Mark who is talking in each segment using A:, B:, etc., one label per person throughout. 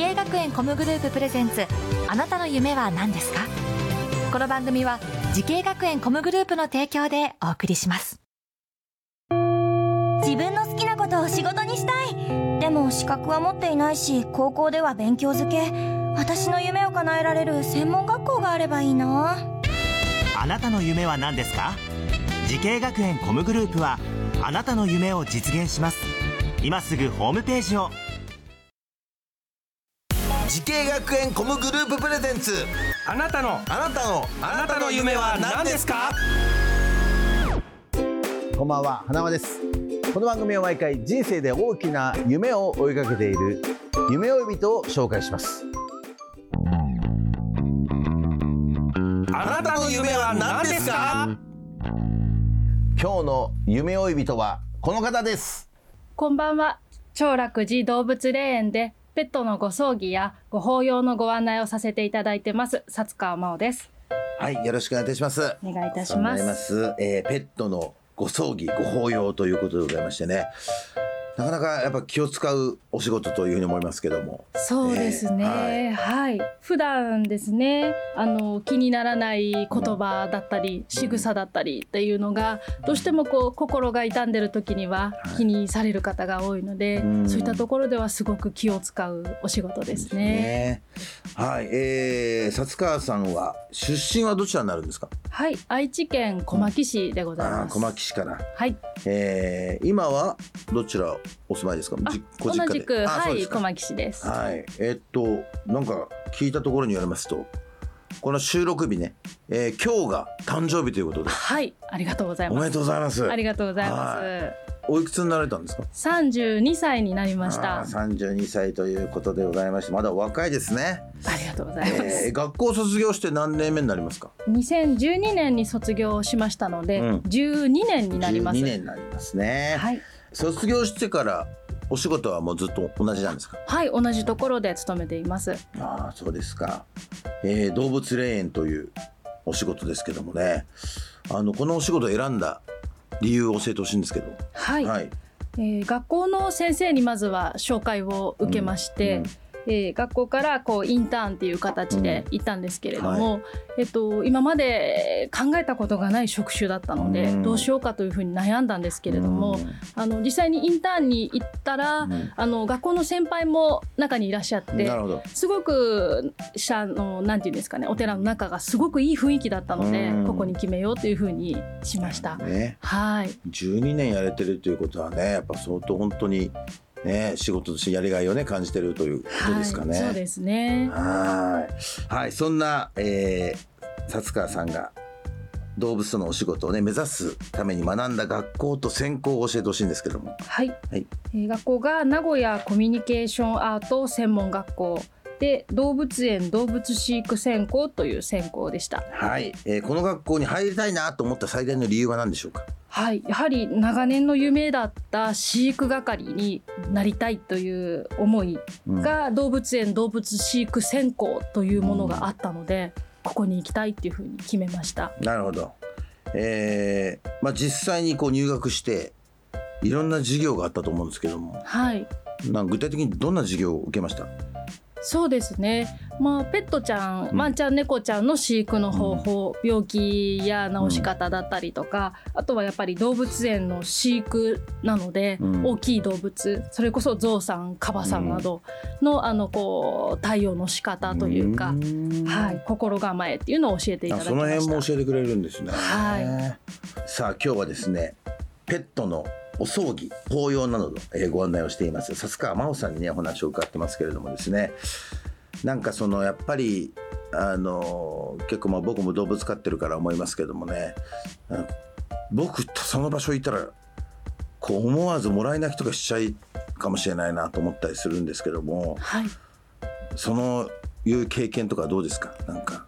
A: 恵学園コムグループプレゼンツ、あなたの夢は何ですか？この番組は時系学園コムグループの提供でお送りします。
B: 自分の好きなことを仕事にしたい。でも資格は持っていないし、高校では勉強づけ。私の夢を叶えられる専門学校があればいいな。
C: あなたの夢は何ですか？時系学園コムグループはあなたの夢を実現します。今すぐホームページを。
D: 時系学園コムグループプレゼンツ、
E: あなたの夢は何ですか？
F: こんばんは、花輪です。この番組は毎回人生で大きな夢を追いかけている夢追い人を紹介します。
D: あなたの夢は何ですか？
F: 今日の夢追い人はこの方です。
G: こんばんは。長楽寺動物霊園でペットのご葬儀やご法要のご案内をさせていただいてます薩川真央です。
F: はい、よろしくお願いいたします。
G: お願いいたします。
F: ペットのご葬儀ご法要ということでございましてね、なかなかやっぱ気を使うお仕事というふうに思いますけども。
G: そうですね、はい、普段ですね、気にならない言葉だったり仕草だったりっていうのがどうしてもこう心が痛んでる時には気にされる方が多いので、そういったところではすごく気を使うお仕事ですね。
F: はい、薩川さんは出身はどちらになるんですか？
G: はい、愛知県小牧市でございます。
F: 小牧市から。
G: はい、
F: 今はどちらお住まいですか？
G: 同じく、はい、小牧市です。
F: はい、なんか聞いたところによりますと、この収録日ね、今日が誕生日ということで。はい、
G: ありがとうございます。
F: おめでとうございます。
G: ありがとうございます。
F: おいくつになられたんですか
G: ？32歳になりました。
F: 32歳ということでございまして、まだお若いですね。
G: ありがとうございます。
F: 学校卒業して何年目になりますか
G: ？2012年に卒業しましたので、12年になります。
F: 12年になりますね。
G: はい。
F: 卒業してからお仕事はもうずっと同じなんですか？
G: はい、同じところで勤めています。
F: そうですか。動物霊園というお仕事ですけどもね、このお仕事を選んだ理由を教えてほしいんですけど。
G: はい、はい、学校の先生にまずは紹介を受けまして、学校からこうインターンっていう形で行ったんですけれども、今まで考えたことがない職種だったので、どうしようかというふうに悩んだんですけれども、実際にインターンに行ったら、学校の先輩も中にいらっしゃって、すごくなんていうんですかね、お寺の中がすごくいい雰囲気だったので、ここに決めようというふうにしました。はい、12
F: 年やれてるということはね、やっぱ相当本当に仕事としてやりがいをね感じてるということですかね。
G: そうですね。
F: はい、そんな、薩川さんが動物とのお仕事をね目指すために学んだ学校と専攻を教えてほしいんですけども。
G: はい、学校が名古屋コミュニケーションアート専門学校で、動物園動物飼育専攻という専攻でした。
F: はい、この学校に入りたいなと思った最大の理由は何でしょうか？
G: はい、やはり長年の夢だった飼育係になりたいという思いが、動物園動物飼育専攻というものがあったので、ここに行きたいっていうふうに決めました。
F: なるほど。実際にこう入学していろんな授業があったと思うんですけども、
G: はい、
F: 具体的にどんな授業を受けました？
G: そうですね、ペットちゃん、ワンちゃん猫ちゃんの飼育の方法、病気や治し方だったりとか、あとはやっぱり動物園の飼育なので、大きい動物、それこそゾウさんカバさんなどの、こう対応の仕方というか、心構えっていうのを教えていただきました。
F: その辺も教えてくれるんですね。
G: はい、
F: さあ今日はですね、ペットのお葬儀法要などの、ご案内をしています薩川真央さんにねお話を伺ってますけれどもですね、なんかやっぱり結構僕も動物飼ってるから思いますけどもね、僕その場所いたらこう思わずもらい泣きとかしちゃいかもしれないなと思ったりするんですけども、そういう経験とかどうですか？なんか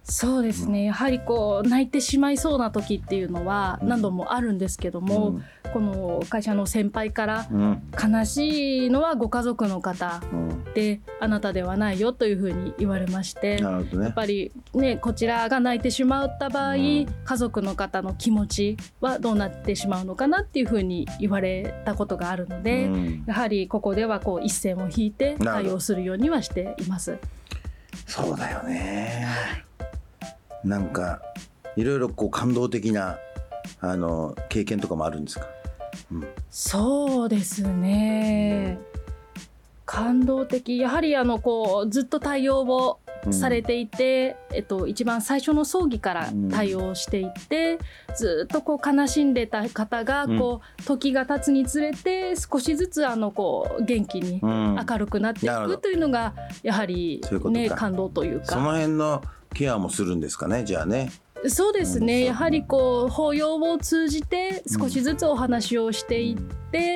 G: そうですね、やはりこう泣いてしまいそうな時っていうのは何度もあるんですけども、この会社の先輩から、悲しいのはご家族の方で、あなたではないよというふうに言われまして、やっぱりね、こちらが泣いてしまった場合、家族の方の気持ちはどうなってしまうのかなっていうふうに言われたことがあるので、やはりここではこう一線を引いて対応するようにはしています。
F: そうだよね、なんかいろいろこう感動的な経験とかもあるんですか？
G: そうですね、感動的、やはりこうずっと対応をされていて、一番最初の葬儀から対応していて、ずっとこう悲しんでた方がこう、時が経つにつれて少しずつこう元気に明るくなっていくというのがやはり、ね、感動というか、
F: その辺のケアもするんですかね、じゃあね。
G: そうですね、やはりこう法要を通じて少しずつお話をしていって、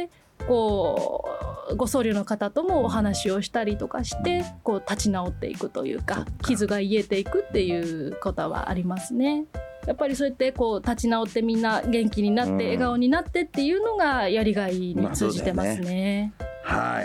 G: こうご僧侶の方ともお話をしたりとかして、こう立ち直っていくというか、傷が癒えていくっていうことはありますね。やっぱりそうやってこう立ち直ってみんな元気になって笑顔になってっていうのがやりがいに通じてますね。
F: はい、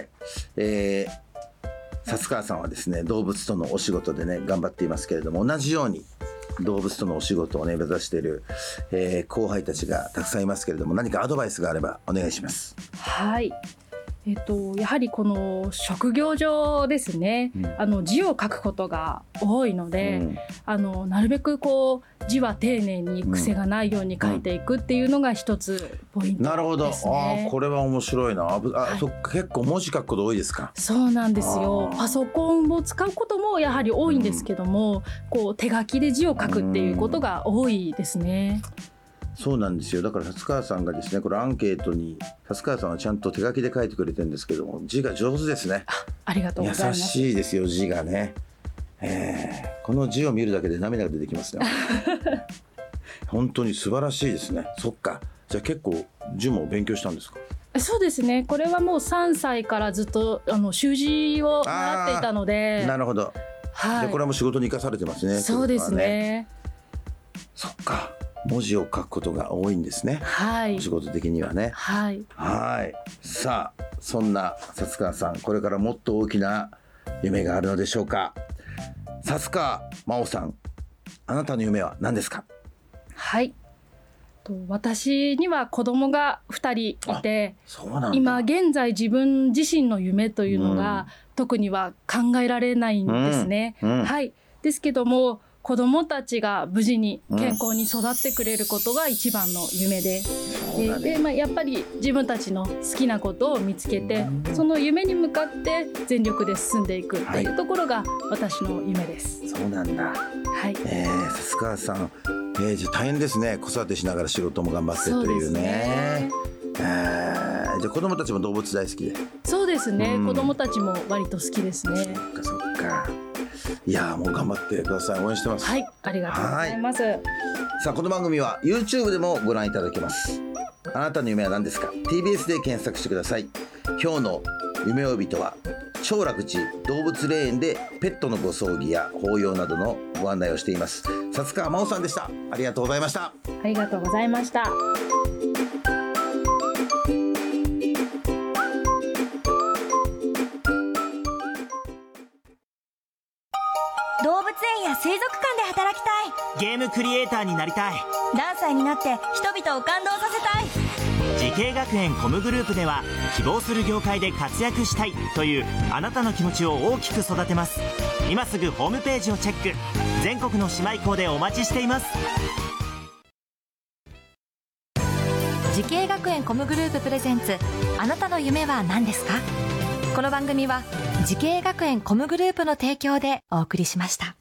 F: 薩川さんはですね、動物とのお仕事でね頑張っていますけれども、同じように動物とのお仕事をね目指している、後輩たちがたくさんいますけれども、何かアドバイスがあればお願いします。
G: はい、やはりこの職業上ですね、字を書くことが多いので、なるべくこう字は丁寧に癖がないように書いていくっていうのが一つポイントですね。
F: なるほど、これは面白いな。そっか、結構文字書くこと多いですか？
G: そうなんですよ。パソコンを使うこともやはり多いんですけども、こう手書きで字を書くっていうことが多いですね。
F: そうなんですよ。だから薩川さんがですね、これアンケートに薩川さんはちゃんと手書きで書いてくれてるんですけども、字が上手ですね。
G: ありがとうございます。
F: 優しいですよ、字がね。この字を見るだけで涙が出てきますね。本当に素晴らしいですね。そっか、じゃあ結構字も勉強したんですか？
G: そうですね、これはもう3歳からずっと習字を習っていたので。
F: なるほど、
G: はい、
F: でこれはもう仕事に生かされてますね。
G: そうですね。
F: そっか、文字を書くことが多いんですね。
G: はい、
F: お仕事的にはね。
G: はい、
F: はい。さあ、そんな薩川さん、これからもっと大きな夢があるのでしょうか。薩川真央さん、あなたの夢は何ですか？
G: はい、私には子供が2人いて、今現在自分自身の夢というのが、特には考えられないんですね。はい、ですけども子どもたちが無事に健康に育ってくれることが一番の夢で、やっぱり自分たちの好きなことを見つけて、その夢に向かって全力で進んでいくっていうところが私の夢です。
F: そうなんだ。
G: はい。
F: 薩川さん、じゃあ大変ですね。子育てしながら仕事も頑張ってというね。じゃあ子供たちも動物大好きで。
G: そうですね、子供たちも割と好きですね。
F: そっかそっか。いやもう頑張ってください。応援してます。
G: はい、ありがとうございます。
F: さあ、この番組は YouTube でもご覧いただけます。あなたの夢は何ですか？ TBS で検索してください。今日の夢追い人は長楽寺動物霊園でペットのご葬儀や法要などのご案内をしています薩川真央さんでした。ありがとうございました。
G: ありがとうございました。
B: 動物園や水族館で働きたい。
C: ゲームクリエイターになりたい。
B: 何歳になって人々を感動させたい。
C: 時系学園コムグループでは、希望する業界で活躍したいというあなたの気持ちを大きく育てます。今すぐホームページをチェック。全国の姉妹校でお待ちしています。
A: 時系学園コムグループプレゼンツ、あなたの夢は何ですか？この番組は時系学園コムグループの提供でお送りしました。